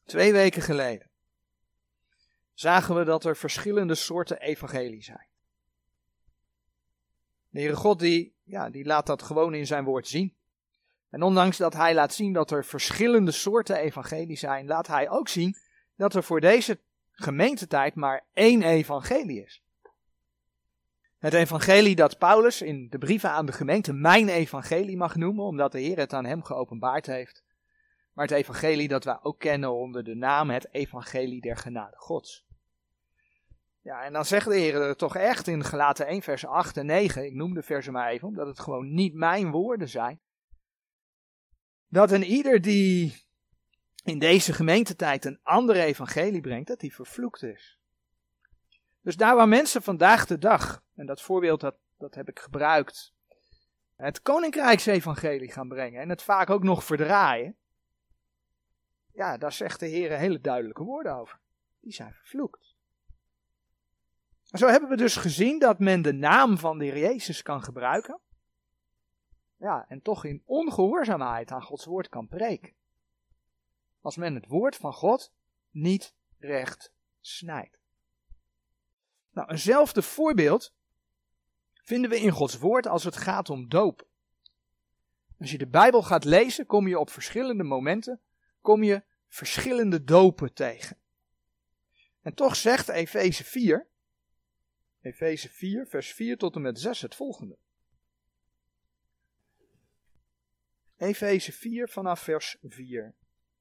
2 weken geleden zagen we dat er verschillende soorten evangelie zijn. De Heere God die laat dat gewoon in zijn woord zien. En ondanks dat hij laat zien dat er verschillende soorten evangelie zijn, laat hij ook zien dat er voor deze gemeentetijd maar 1 evangelie is. Het evangelie dat Paulus in de brieven aan de gemeente mijn evangelie mag noemen, omdat de Heer het aan hem geopenbaard heeft. Maar het evangelie dat wij ook kennen onder de naam het evangelie der genade Gods. Ja, en dan zegt de Heer er toch echt in Galaten 1 vers 8 en 9, ik noem de versen maar even, omdat het gewoon niet mijn woorden zijn, dat een ieder die in deze gemeentetijd een andere evangelie brengt, dat die vervloekt is. Dus daar waar mensen vandaag de dag, en dat voorbeeld dat heb ik gebruikt, het koninkrijksevangelie gaan brengen en het vaak ook nog verdraaien, ja, daar zegt de Heer hele duidelijke woorden over. Die zijn vervloekt. En zo hebben we dus gezien dat men de naam van de Heer Jezus kan gebruiken, ja, en toch in ongehoorzaamheid aan Gods woord kan preken. Als men het woord van God niet recht snijdt. Nou, eenzelfde voorbeeld vinden we in Gods woord als het gaat om doop. Als je de Bijbel gaat lezen, kom je op verschillende momenten, verschillende dopen tegen. En toch zegt Efeze 4 vers 4 tot en met 6 het volgende. Efeze 4 vanaf vers 4.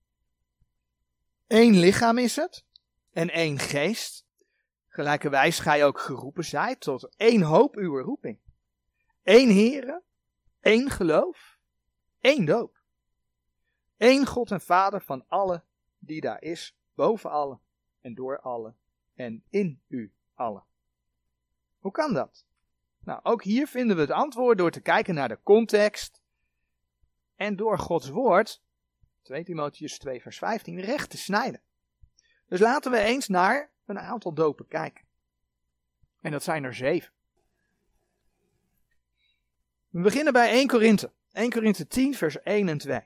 1 lichaam is het, en 1 geest, gelijkerwijs gij ook geroepen zijt tot 1 hoop uw roeping. 1 Heere, 1 geloof, 1 doop. 1 God en Vader van alle die daar is, boven alle en door alle en in u allen. Hoe kan dat? Nou, ook hier vinden we het antwoord door te kijken naar de context en door Gods woord, 2 Timotheüs 2 vers 15, recht te snijden. Dus laten we eens naar een aantal dopen kijken. En dat zijn er 7. We beginnen bij 1 Korinthe. 1 Korinthe 10 vers 1 en 2.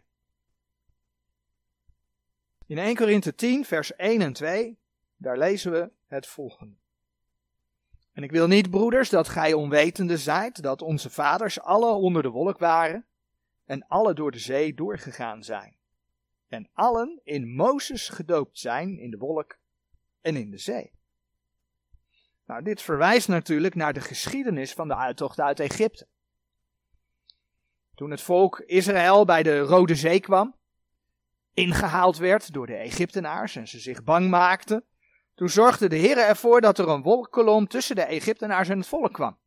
In 1 Korinthe 10 vers 1 en 2, daar lezen we het volgende. En ik wil niet, broeders, dat gij onwetende zijt, dat onze vaders alle onder de wolk waren en alle door de zee doorgegaan zijn. En allen in Mozes gedoopt zijn in de wolk en in de zee. Nou, dit verwijst natuurlijk naar de geschiedenis van de uittocht uit Egypte. Toen het volk Israël bij de Rode Zee kwam, ingehaald werd door de Egyptenaars en ze zich bang maakten, toen zorgde de Heer ervoor dat er een wolkkolom tussen de Egyptenaars en het volk kwam.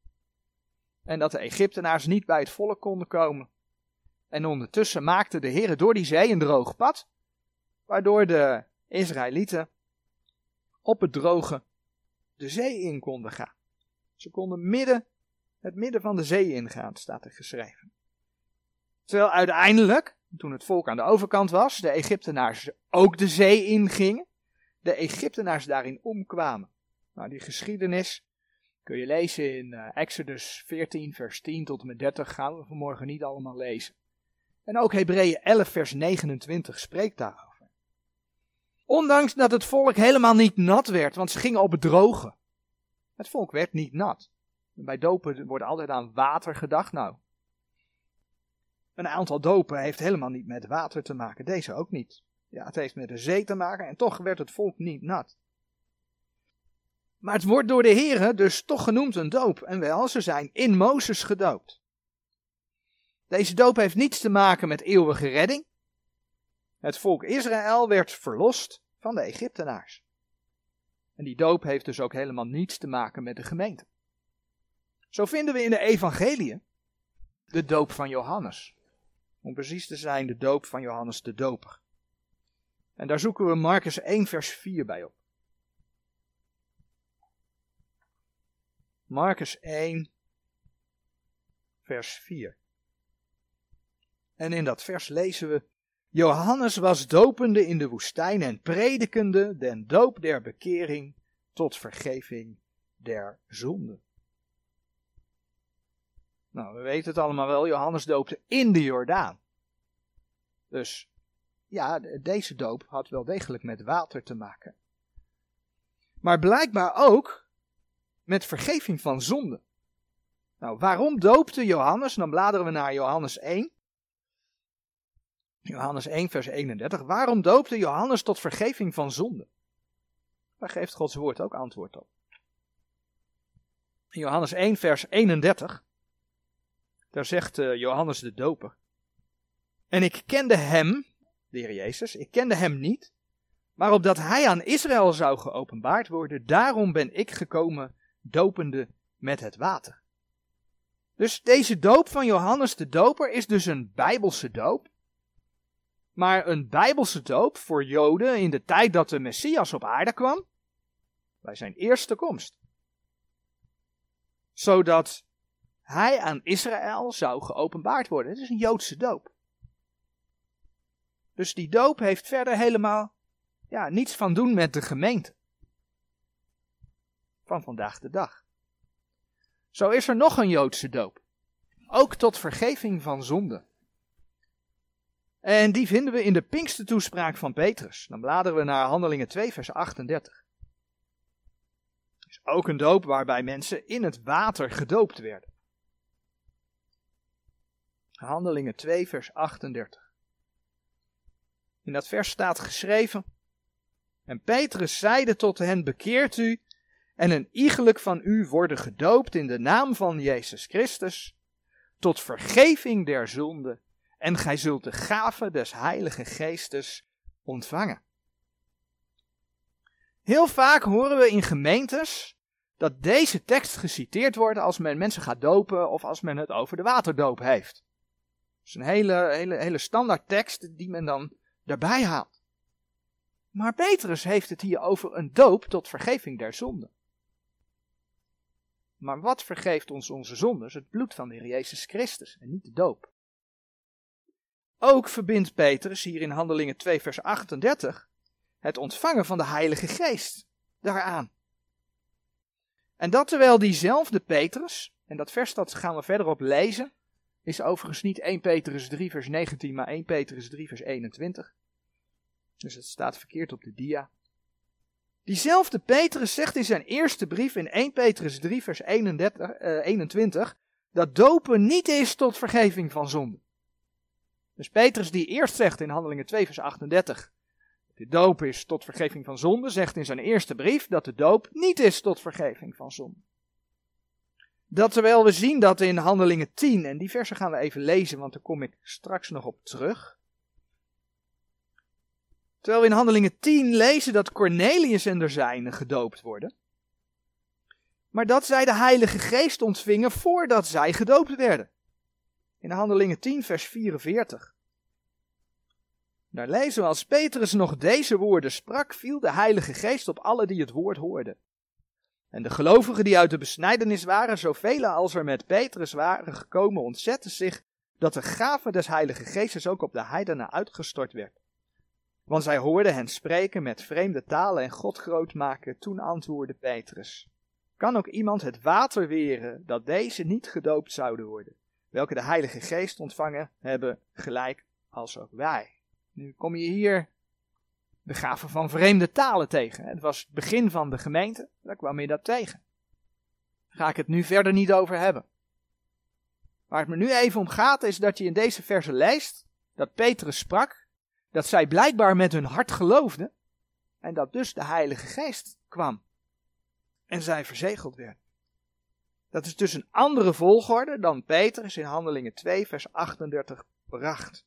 En dat de Egyptenaars niet bij het volk konden komen. En ondertussen maakte de Heer door die zee een droog pad, waardoor de Israëlieten op het droge de zee in konden gaan. Ze konden het midden van de zee ingaan, staat er geschreven. Terwijl uiteindelijk, toen het volk aan de overkant was, de Egyptenaars ook de zee ingingen, de Egyptenaars daarin omkwamen. Nou, die geschiedenis kun je lezen in Exodus 14 vers 10 tot en met 30, gaan we vanmorgen niet allemaal lezen. En ook Hebreeën 11 vers 29 spreekt daarover. Ondanks dat het volk helemaal niet nat werd, want ze gingen op het droge. Het volk werd niet nat. Bij dopen wordt altijd aan water gedacht. Nou, een aantal dopen heeft helemaal niet met water te maken. Deze ook niet. Ja, het heeft met de zee te maken en toch werd het volk niet nat. Maar het wordt door de Heere dus toch genoemd een doop. En wel, ze zijn in Mozes gedoopt. Deze doop heeft niets te maken met eeuwige redding. Het volk Israël werd verlost van de Egyptenaars. En die doop heeft dus ook helemaal niets te maken met de gemeente. Zo vinden we in de evangeliën de doop van Johannes. Om precies te zijn, de doop van Johannes de Doper. En daar zoeken we Markus 1 vers 4 bij op. Markus 1 vers 4. En in dat vers lezen we: Johannes was dopende in de woestijn en predikende den doop der bekering tot vergeving der zonden. Nou, we weten het allemaal wel, Johannes doopte in de Jordaan. Dus ja, deze doop had wel degelijk met water te maken. Maar blijkbaar ook met vergeving van zonde. Nou, waarom doopte Johannes? Dan bladeren we naar Johannes 1. Johannes 1 vers 31. Waarom doopte Johannes tot vergeving van zonde? Daar geeft Gods woord ook antwoord op. In Johannes 1 vers 31. Daar zegt Johannes de doper. En ik kende hem, de Heer Jezus, ik kende hem niet, maar opdat hij aan Israël zou geopenbaard worden, daarom ben ik gekomen dopende met het water. Dus deze doop van Johannes de doper is dus een Bijbelse doop. Maar een Bijbelse doop voor Joden in de tijd dat de Messias op aarde kwam, bij zijn eerste komst. Zodat hij aan Israël zou geopenbaard worden. Het is een Joodse doop. Dus die doop heeft verder helemaal niets van doen met de gemeente. Van vandaag de dag. Zo is er nog een Joodse doop. Ook tot vergeving van zonde. En die vinden we in de Pinkstertoespraak van Petrus. Dan bladeren we naar Handelingen 2 vers 38. Het is ook een doop waarbij mensen in het water gedoopt werden. Handelingen 2 vers 38. In dat vers staat geschreven: En Petrus zeide tot hen, bekeert u en een iegelijk van u worden gedoopt in de naam van Jezus Christus, tot vergeving der zonde, en gij zult de gave des Heilige Geestes ontvangen. Heel vaak horen we in gemeentes dat deze tekst geciteerd wordt als men mensen gaat dopen of als men het over de waterdoop heeft. Dat is een hele standaard tekst die men dan daarbij haalt. Maar Petrus heeft het hier over een doop tot vergeving der zonde. Maar wat vergeeft ons onze zondes? Het bloed van de Heer Jezus Christus en niet de doop. Ook verbindt Petrus hier in Handelingen 2 vers 38 het ontvangen van de Heilige Geest daaraan. En dat terwijl diezelfde Petrus, en dat vers dat gaan we verderop lezen, is overigens niet 1 Petrus 3 vers 19, maar 1 Petrus 3 vers 21. Dus het staat verkeerd op de dia. Diezelfde Petrus zegt in zijn eerste brief in 1 Petrus 3 vers 21 dat dopen niet is tot vergeving van zonde. Dus Petrus die eerst zegt in Handelingen 2 vers 38 dat de doop is tot vergeving van zonde, zegt in zijn eerste brief dat de doop niet is tot vergeving van zonde. Dat terwijl we zien dat in Handelingen 10, en die versen gaan we even lezen, want daar kom ik straks nog op terug. Terwijl we in Handelingen 10 lezen dat Cornelius en de zijnen gedoopt worden. Maar dat zij de Heilige Geest ontvingen voordat zij gedoopt werden. In Handelingen 10 vers 44. Daar lezen we: als Petrus nog deze woorden sprak, viel de Heilige Geest op alle die het woord hoorden. En de gelovigen die uit de besnijdenis waren, zoveel als er met Petrus waren gekomen, ontzetten zich dat de gave des Heilige Geestes ook op de heidenen uitgestort werd. Want zij hoorden hen spreken met vreemde talen en God groot maken. Toen antwoordde Petrus: kan ook iemand het water weren dat deze niet gedoopt zouden worden, welke de Heilige Geest ontvangen hebben, gelijk als ook wij? Nu kom je hier de gave van vreemde talen tegen. Het was het begin van de gemeente, daar kwam je dat tegen. Daar ga ik het nu verder niet over hebben. Waar het me nu even om gaat is dat je in deze verse leest dat Petrus sprak, dat zij blijkbaar met hun hart geloofden en dat dus de Heilige Geest kwam en zij verzegeld werden. Dat is dus een andere volgorde dan Petrus in Handelingen 2 vers 38 bracht.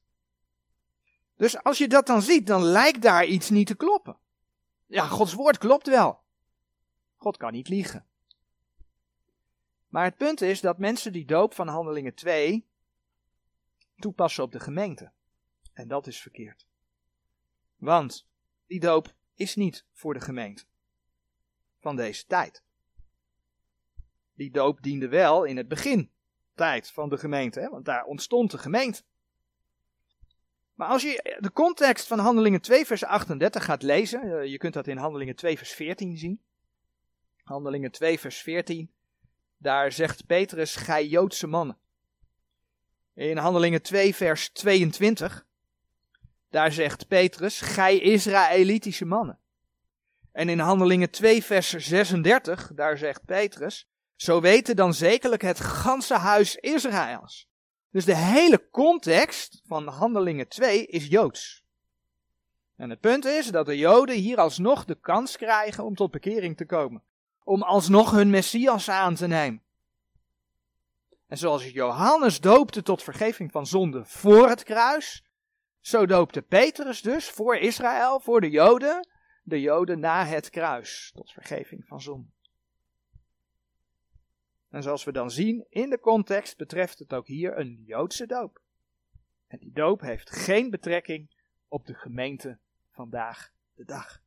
Dus als je dat dan ziet, dan lijkt daar iets niet te kloppen. Ja, Gods woord klopt wel. God kan niet liegen. Maar het punt is dat mensen die doop van Handelingen 2 toepassen op de gemeente. En dat is verkeerd. Want die doop is niet voor de gemeente van deze tijd. Die doop diende wel in het begintijd van de gemeente, hè? Want daar ontstond de gemeente. Maar als je de context van Handelingen 2 vers 38 gaat lezen, je kunt dat in Handelingen 2 vers 14 zien. Handelingen 2 vers 14, daar zegt Petrus, gij Joodse mannen. In Handelingen 2 vers 22, daar zegt Petrus, gij Israëlitische mannen. En in Handelingen 2 vers 36, daar zegt Petrus, zo weten dan zekerlijk het ganse huis Israëls. Dus de hele context van Handelingen 2 is Joods. En het punt is dat de Joden hier alsnog de kans krijgen om tot bekering te komen. Om alsnog hun Messias aan te nemen. En zoals Johannes doopte tot vergeving van zonde voor het kruis, zo doopte Petrus dus voor Israël, voor de Joden na het kruis, tot vergeving van zonde. En zoals we dan zien in de context betreft het ook hier een Joodse doop. En die doop heeft geen betrekking op de gemeente vandaag de dag.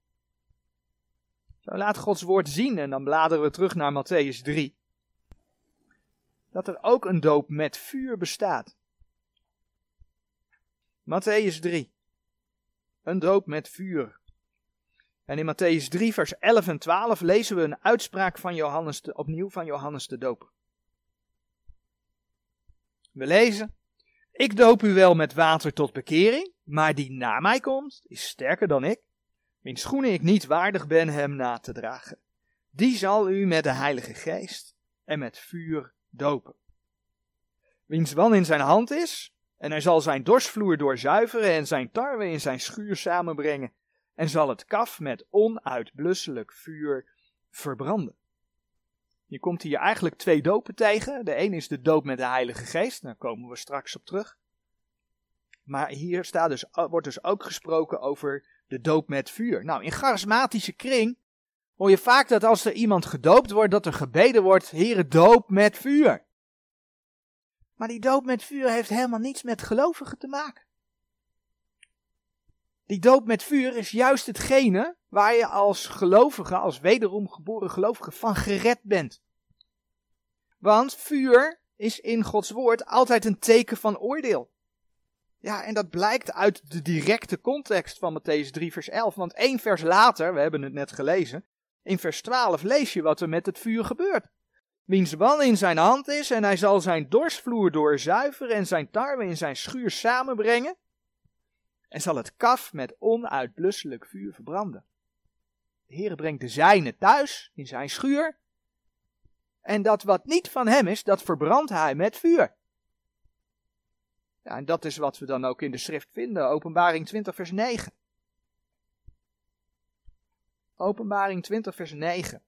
Zo laat Gods woord zien, en dan bladeren we terug naar Mattheüs 3, dat er ook een doop met vuur bestaat. Mattheüs 3, een doop met vuur. En in Mattheüs 3 vers 11 en 12 lezen we een uitspraak van opnieuw van Johannes de Doper. We lezen, ik doop u wel met water tot bekering, maar die na mij komt, is sterker dan ik, wiens schoenen ik niet waardig ben hem na te dragen. Die zal u met de Heilige Geest en met vuur dopen. Wiens wan in zijn hand is, en hij zal zijn dorsvloer doorzuiveren en zijn tarwe in zijn schuur samenbrengen, en zal het kaf met onuitblusselijk vuur verbranden. Je komt hier eigenlijk 2 dopen tegen. De een is de doop met de Heilige Geest, daar komen we straks op terug. Maar hier wordt dus ook gesproken over de doop met vuur. Nou, in charismatische kring hoor je vaak dat als er iemand gedoopt wordt, dat er gebeden wordt, Heere, doop met vuur. Maar die doop met vuur heeft helemaal niets met gelovigen te maken. Die doop met vuur is juist hetgene waar je als gelovige, als wederom geboren gelovige van gered bent. Want vuur is in Gods woord altijd een teken van oordeel. Ja, en dat blijkt uit de directe context van Mattheüs 3 vers 11. Want 1 vers later, we hebben het net gelezen, in vers 12 lees je wat er met het vuur gebeurt. Wiens wan in zijn hand is en hij zal zijn dorsvloer doorzuiveren en zijn tarwe in zijn schuur samenbrengen. En zal het kaf met onuitblusselijk vuur verbranden. De Heere brengt de zijne thuis in zijn schuur. En dat wat niet van hem is, dat verbrandt hij met vuur. Ja, en dat is wat we dan ook in de schrift vinden. Openbaring 20 vers 9. Openbaring 20 vers 9.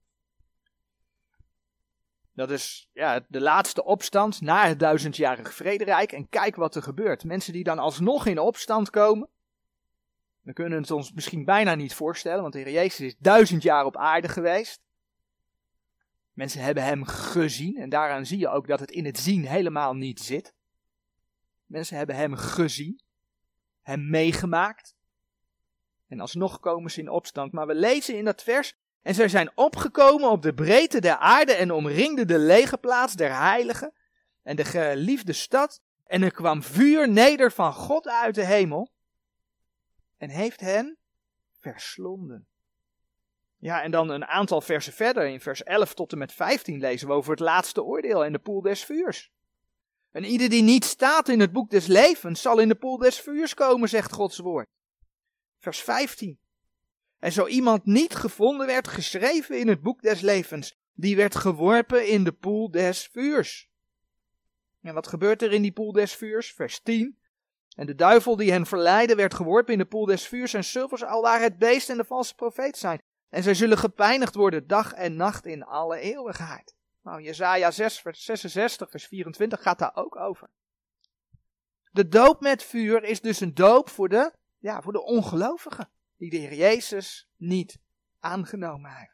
Dat is de laatste opstand na het 1000-jarig vrederijk. En kijk wat er gebeurt. Mensen die dan alsnog in opstand komen. We kunnen het ons misschien bijna niet voorstellen. Want de Heer Jezus is 1000 jaar op aarde geweest. Mensen hebben hem gezien. En daaraan zie je ook dat het in het zien helemaal niet zit. Mensen hebben hem gezien. Hem meegemaakt. En alsnog komen ze in opstand. Maar we lezen in dat vers. En zij zijn opgekomen op de breedte der aarde en omringden de legerplaats der heiligen en de geliefde stad. En er kwam vuur neder van God uit de hemel en heeft hen verslonden. Ja, en dan een aantal versen verder, in vers 11 tot en met 15 lezen we over het laatste oordeel en de poel des vuurs. En ieder die niet staat in het boek des levens zal in de poel des vuurs komen, zegt Gods woord. Vers 15. En zo iemand niet gevonden werd, geschreven in het boek des levens, die werd geworpen in de poel des vuurs. En wat gebeurt er in die poel des vuurs? Vers 10. En de duivel die hen verleidde werd geworpen in de poel des vuurs en zilvers, alwaar het beest en de valse profeet zijn. En zij zullen gepijnigd worden dag en nacht in alle eeuwigheid. Nou, Jesaja 6 vers 66 vers 24 gaat daar ook over. De doop met vuur is dus een doop voor de ongelovigen. Die de Heer Jezus niet aangenomen heeft.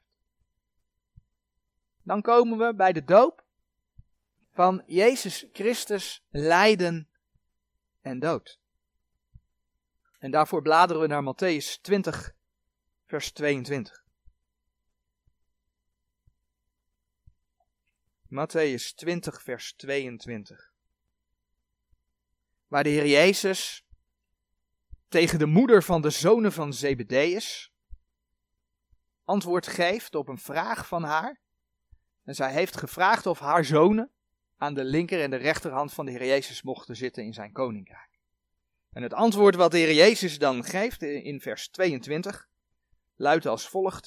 Dan komen we bij de doop van Jezus Christus lijden en dood. En daarvoor bladeren we naar Mattheüs 20 vers 22. Mattheüs 20 vers 22. Waar de Heer Jezus tegen de moeder van de zonen van Zebedeus antwoord geeft op een vraag van haar. En zij heeft gevraagd of haar zonen aan de linker en de rechterhand van de Heer Jezus mochten zitten in zijn koninkrijk. En het antwoord wat de Heer Jezus dan geeft in vers 22 luidt als volgt.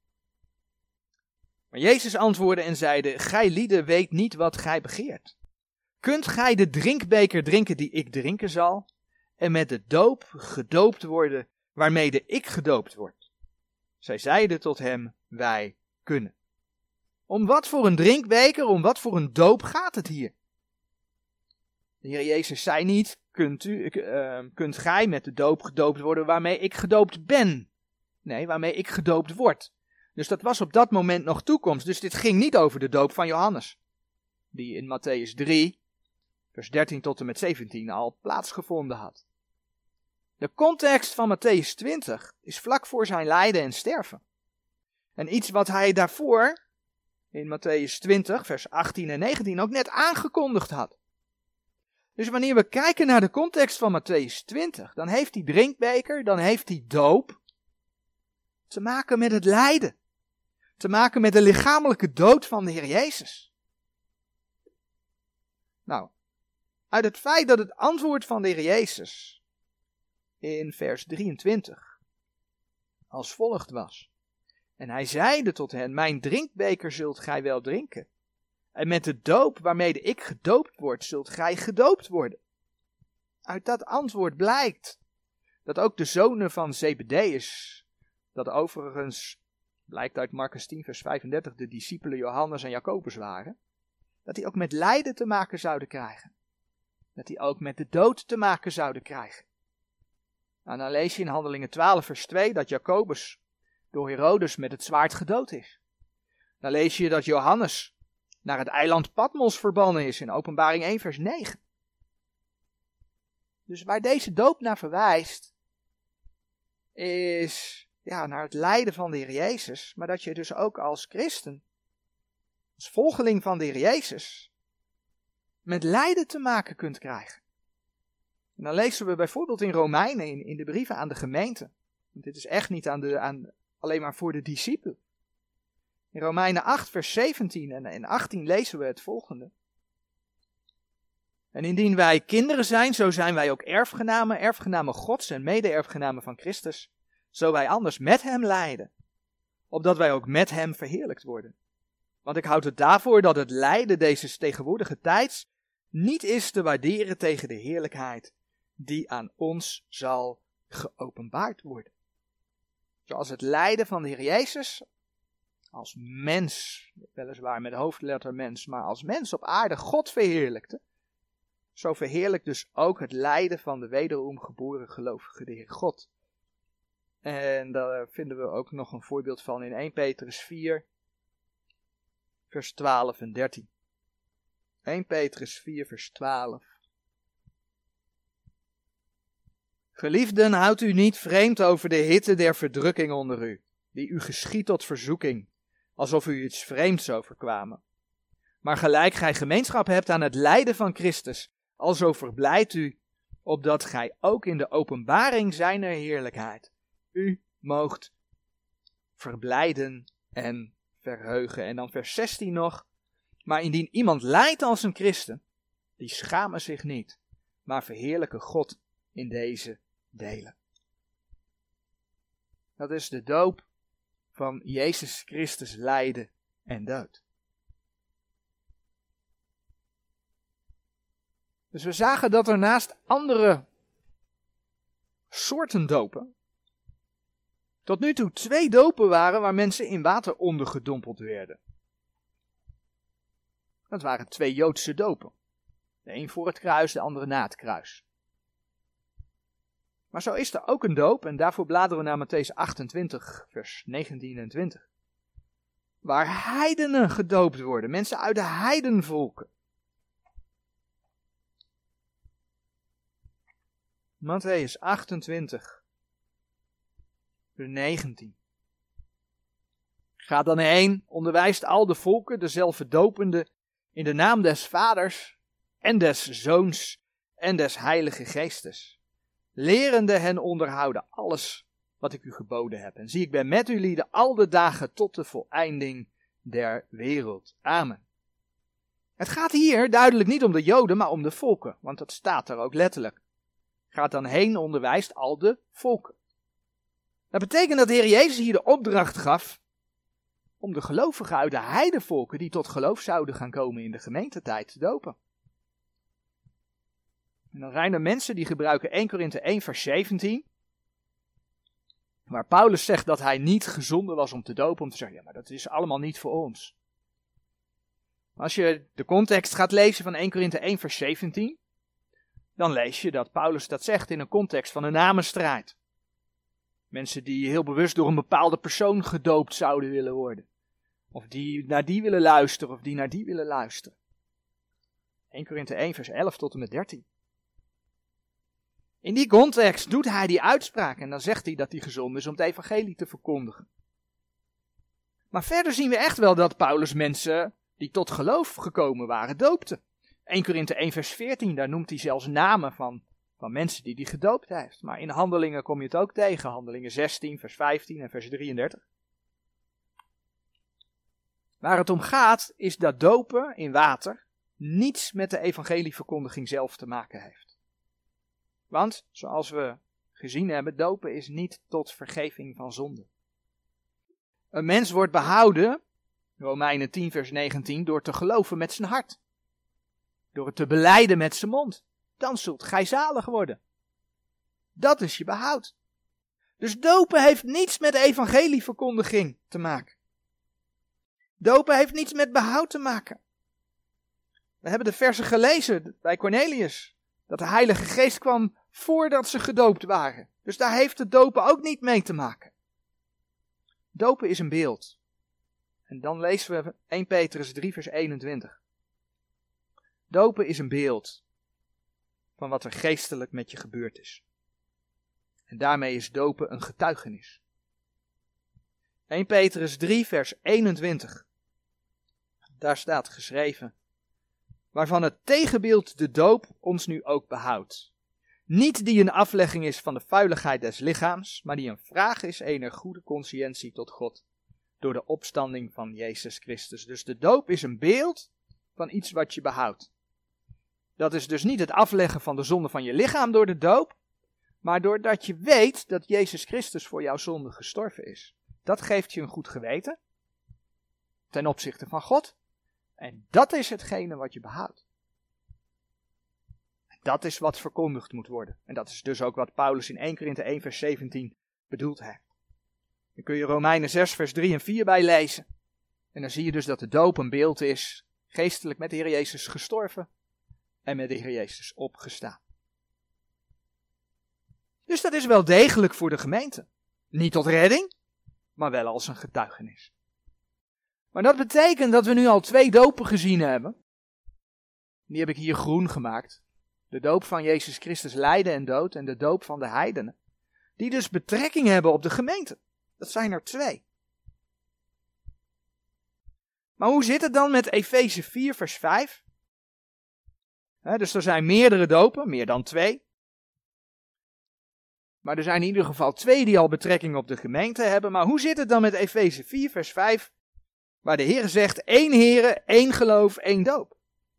Maar Jezus antwoordde en zeide, gij lieden weet niet wat gij begeert. Kunt gij de drinkbeker drinken die ik drinken zal, en met de doop gedoopt worden waarmede ik gedoopt word? Zij zeiden tot hem, wij kunnen. Om wat voor een drinkbeker, om wat voor een doop gaat het hier? De Heer Jezus zei niet, kunt gij met de doop gedoopt worden waarmee ik gedoopt ben? Nee, waarmee ik gedoopt word. Dus dat was op dat moment nog toekomst. Dus dit ging niet over de doop van Johannes, die in Matthäus 3, vers 13 tot en met 17 al plaatsgevonden had. De context van Matthäus 20 is vlak voor zijn lijden en sterven. En iets wat hij daarvoor, in Matthäus 20, vers 18 en 19, ook net aangekondigd had. Dus wanneer we kijken naar de context van Matthäus 20, dan heeft die drinkbeker, dan heeft die doop te maken met het lijden. Te maken met de lichamelijke dood van de Heer Jezus. Nou, uit het feit dat het antwoord van de Heer Jezus in vers 23 als volgt was. En hij zeide tot hen, mijn drinkbeker zult gij wel drinken. En met de doop waarmede ik gedoopt word, zult gij gedoopt worden. Uit dat antwoord blijkt dat ook de zonen van Zebedeus, dat overigens blijkt uit Markus 10 vers 35 de discipelen Johannes en Jacobus waren, dat die ook met lijden te maken zouden krijgen. Dat die ook met de dood te maken zouden krijgen. Nou, dan lees je in Handelingen 12 vers 2 dat Jacobus door Herodes met het zwaard gedood is. Dan lees je dat Johannes naar het eiland Patmos verbannen is in Openbaring 1 vers 9. Dus waar deze doop naar verwijst, is naar het lijden van de Heer Jezus, maar dat je dus ook als christen, als volgeling van de Heer Jezus, met lijden te maken kunt krijgen. En dan lezen we bijvoorbeeld in Romeinen, in de brieven aan de gemeente, want dit is echt niet alleen maar voor de discipelen. In Romeinen 8 vers 17 en 18 lezen we het volgende. En indien wij kinderen zijn, zo zijn wij ook erfgenamen, erfgenamen Gods en mede-erfgenamen van Christus, zo wij anders met hem lijden, opdat wij ook met hem verheerlijkt worden. Want ik houd het daarvoor dat het lijden deze tegenwoordige tijds niet is te waarderen tegen de heerlijkheid die aan ons zal geopenbaard worden. Zoals het lijden van de Heer Jezus als mens, weliswaar met hoofdletter mens, maar als mens op aarde God verheerlijkte, zo verheerlijkt dus ook het lijden van de wederom geboren gelovige de Heer God. En daar vinden we ook nog een voorbeeld van in 1 Petrus 4, vers 12 en 13. 1 Petrus 4, vers 12. Geliefden, houdt u niet vreemd over de hitte der verdrukking onder u, die u geschiedt tot verzoeking, alsof u iets vreemds overkwamen. Maar gelijk gij gemeenschap hebt aan het lijden van Christus, alzo verblijdt u, opdat gij ook in de openbaring zijner heerlijkheid u moogt verblijden en verheugen. En dan vers 16 nog. Maar indien iemand lijdt als een christen, die schamen zich niet, maar verheerlijken God in deze delen. Dat is de doop van Jezus Christus lijden en dood. Dus we zagen dat er naast andere soorten dopen tot nu toe 2 dopen waren waar mensen in water ondergedompeld werden. Dat waren 2 Joodse dopen. De een voor het kruis, de andere na het kruis. Maar zo is er ook een doop, en daarvoor bladeren we naar Matthäus 28, vers 19 en 20. Waar heidenen gedoopt worden, mensen uit de heidenvolken. Matthäus 28, vers 19. Ga dan heen, onderwijst al de volken, dezelfde dopende, in de naam des Vaders en des Zoons en des Heilige Geestes, lerende hen onderhouden alles wat ik u geboden heb. En zie, ik ben met u lieden al de dagen tot de voleinding der wereld. Amen. Het gaat hier duidelijk niet om de Joden, maar om de volken, want dat staat er ook letterlijk. gaat dan heen, onderwijst al de volken. Dat betekent dat de Heer Jezus hier de opdracht gaf om de gelovigen uit de heidenvolken die tot geloof zouden gaan komen in de gemeentetijd te dopen. En dan zijn er mensen die gebruiken 1 Korinthe 1 vers 17, waar Paulus zegt dat hij niet gezonden was om te dopen, om te zeggen, ja, maar dat is allemaal niet voor ons. Maar als je de context gaat lezen van 1 Korinthe 1 vers 17, dan lees je dat Paulus dat zegt in een context van een namenstrijd. Mensen die heel bewust door een bepaalde persoon gedoopt zouden willen worden. Of die naar die willen luisteren, of die naar die willen luisteren. 1 Korinthe 1 vers 11 tot en met 13. In die context doet hij die uitspraak en dan zegt hij dat hij gezonden is om het evangelie te verkondigen. Maar verder zien we echt wel dat Paulus mensen die tot geloof gekomen waren doopte. 1 Korinthe 1 vers 14, daar noemt hij zelfs namen van mensen die hij gedoopt heeft. Maar in Handelingen kom je het ook tegen. Handelingen 16 vers 15 en vers 33. Waar het om gaat is dat dopen in water niets met de evangelieverkondiging zelf te maken heeft. Want, zoals we gezien hebben, dopen is niet tot vergeving van zonde. Een mens wordt behouden, Romeinen 10 vers 19, door te geloven met zijn hart. Door het te belijden met zijn mond. Dan zult gij zalig worden. Dat is je behoud. Dus dopen heeft niets met evangelieverkondiging te maken. Dopen heeft niets met behoud te maken. We hebben de versen gelezen bij Cornelius. Dat de Heilige Geest kwam voordat ze gedoopt waren. Dus daar heeft het dopen ook niet mee te maken. Dopen is een beeld. En dan lezen we 1 Petrus 3 vers 21. Dopen is een beeld van wat er geestelijk met je gebeurd is. En daarmee is dopen een getuigenis. 1 Petrus 3 vers 21. Daar staat geschreven: waarvan het tegenbeeld de doop ons nu ook behoudt. Niet die een aflegging is van de vuiligheid des lichaams, maar die een vraag is ener goede consciëntie tot God, door de opstanding van Jezus Christus. Dus de doop is een beeld van iets wat je behoudt. Dat is dus niet het afleggen van de zonde van je lichaam door de doop, maar doordat je weet dat Jezus Christus voor jouw zonde gestorven is. Dat geeft je een goed geweten ten opzichte van God. En dat is hetgene wat je behoudt. Dat is wat verkondigd moet worden. En dat is dus ook wat Paulus in 1 Korinthe 1 vers 17 bedoeld heeft. Dan kun je Romeinen 6 vers 3 en 4 bij lezen. En dan zie je dus dat de doop een beeld is, geestelijk met de Heer Jezus gestorven en met de Heer Jezus opgestaan. Dus dat is wel degelijk voor de gemeente. Niet tot redding, maar wel als een getuigenis. Maar dat betekent dat we nu al 2 dopen gezien hebben. Die heb ik hier groen gemaakt. De doop van Jezus Christus lijden en dood en de doop van de heidenen. Die dus betrekking hebben op de gemeente. Dat zijn er 2. Maar hoe zit het dan met Efeze 4 vers 5? Dus er zijn meerdere dopen, meer dan 2. Maar er zijn in ieder geval 2 die al betrekking op de gemeente hebben. Maar hoe zit het dan met Efeze 4 vers 5? Waar de Heer zegt, 1 Heere, 1 geloof, 1 doop.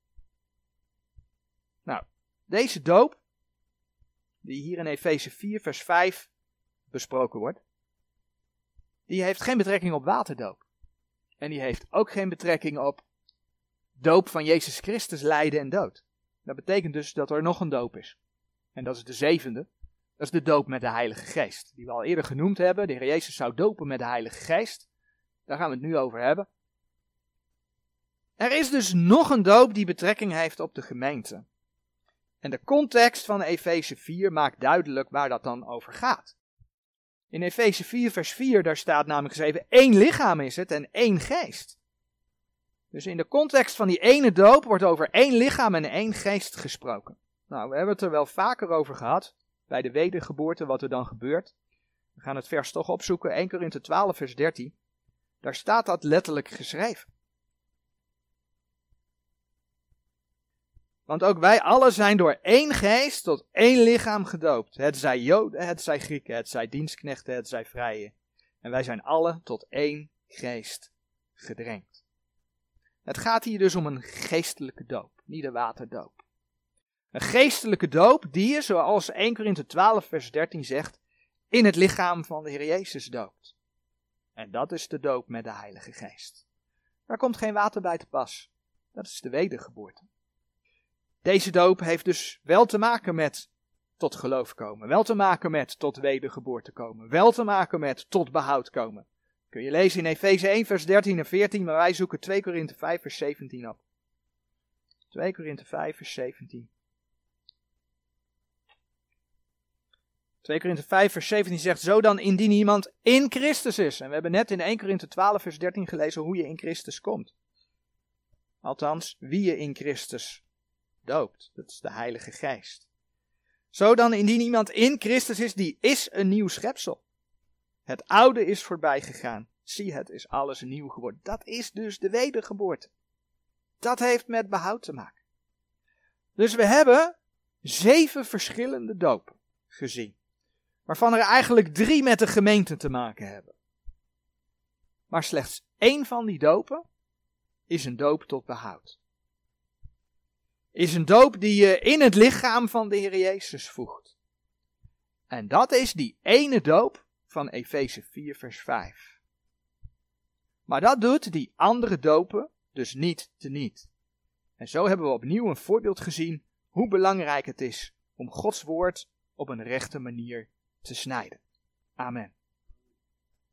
Nou, deze doop, die hier in Efeze 4 vers 5 besproken wordt, die heeft geen betrekking op waterdoop. En die heeft ook geen betrekking op doop van Jezus Christus lijden en dood. Dat betekent dus dat er nog een doop is. En dat is de 7e. Dat is de doop met de Heilige Geest. Die we al eerder genoemd hebben. De Heer Jezus zou dopen met de Heilige Geest. Daar gaan we het nu over hebben. Er is dus nog een doop die betrekking heeft op de gemeente. En de context van Efeze 4 maakt duidelijk waar dat dan over gaat. In Efeze 4 vers 4 daar staat namelijk geschreven, 1 lichaam is het en 1 geest. Dus in de context van die ene doop wordt over 1 lichaam en 1 geest gesproken. Nou, we hebben het er wel vaker over gehad, bij de wedergeboorte, wat er dan gebeurt. We gaan het vers toch opzoeken, 1 Korinthe 12 vers 13. Daar staat dat letterlijk geschreven. Want ook wij allen zijn door 1 geest tot 1 lichaam gedoopt. Het zij Joden, het zij Grieken, het zij dienstknechten, het zij vrije. En wij zijn allen tot 1 geest gedrenkt. Het gaat hier dus om een geestelijke doop, niet een waterdoop. Een geestelijke doop die je, zoals 1 Korinthe 12 vers 13 zegt, in het lichaam van de Heer Jezus doopt. En dat is de doop met de Heilige Geest. Daar komt geen water bij te pas. Dat is de wedergeboorte. Deze doop heeft dus wel te maken met tot geloof komen. Wel te maken met tot wedergeboorte komen. Wel te maken met tot behoud komen. Kun je lezen in Efeze 1 vers 13 en 14, maar wij zoeken 2 Korinthe 5 vers 17 op. 2 Korinthe 5 vers 17. 2 Korinthe 5 vers 17 zegt, zo dan indien iemand in Christus is. En we hebben net in 1 Korinthe 12 vers 13 gelezen hoe je in Christus komt. Althans, wie je in Christus doopt. Dat is de Heilige Geest. Zo dan indien iemand in Christus is, die is een nieuw schepsel. Het oude is voorbij gegaan. Zie, het is alles nieuw geworden. Dat is dus de wedergeboorte. Dat heeft met behoud te maken. Dus we hebben 7 verschillende dopen gezien. Waarvan er eigenlijk 3 met de gemeente te maken hebben. Maar slechts 1 van die dopen is een doop tot behoud. Is een doop die je in het lichaam van de Heer Jezus voegt. En dat is die ene doop van Efeze 4 vers 5. Maar dat doet die andere dopen dus niet teniet. En zo hebben we opnieuw een voorbeeld gezien hoe belangrijk het is om Gods woord op een rechte manier te snijden. Amen.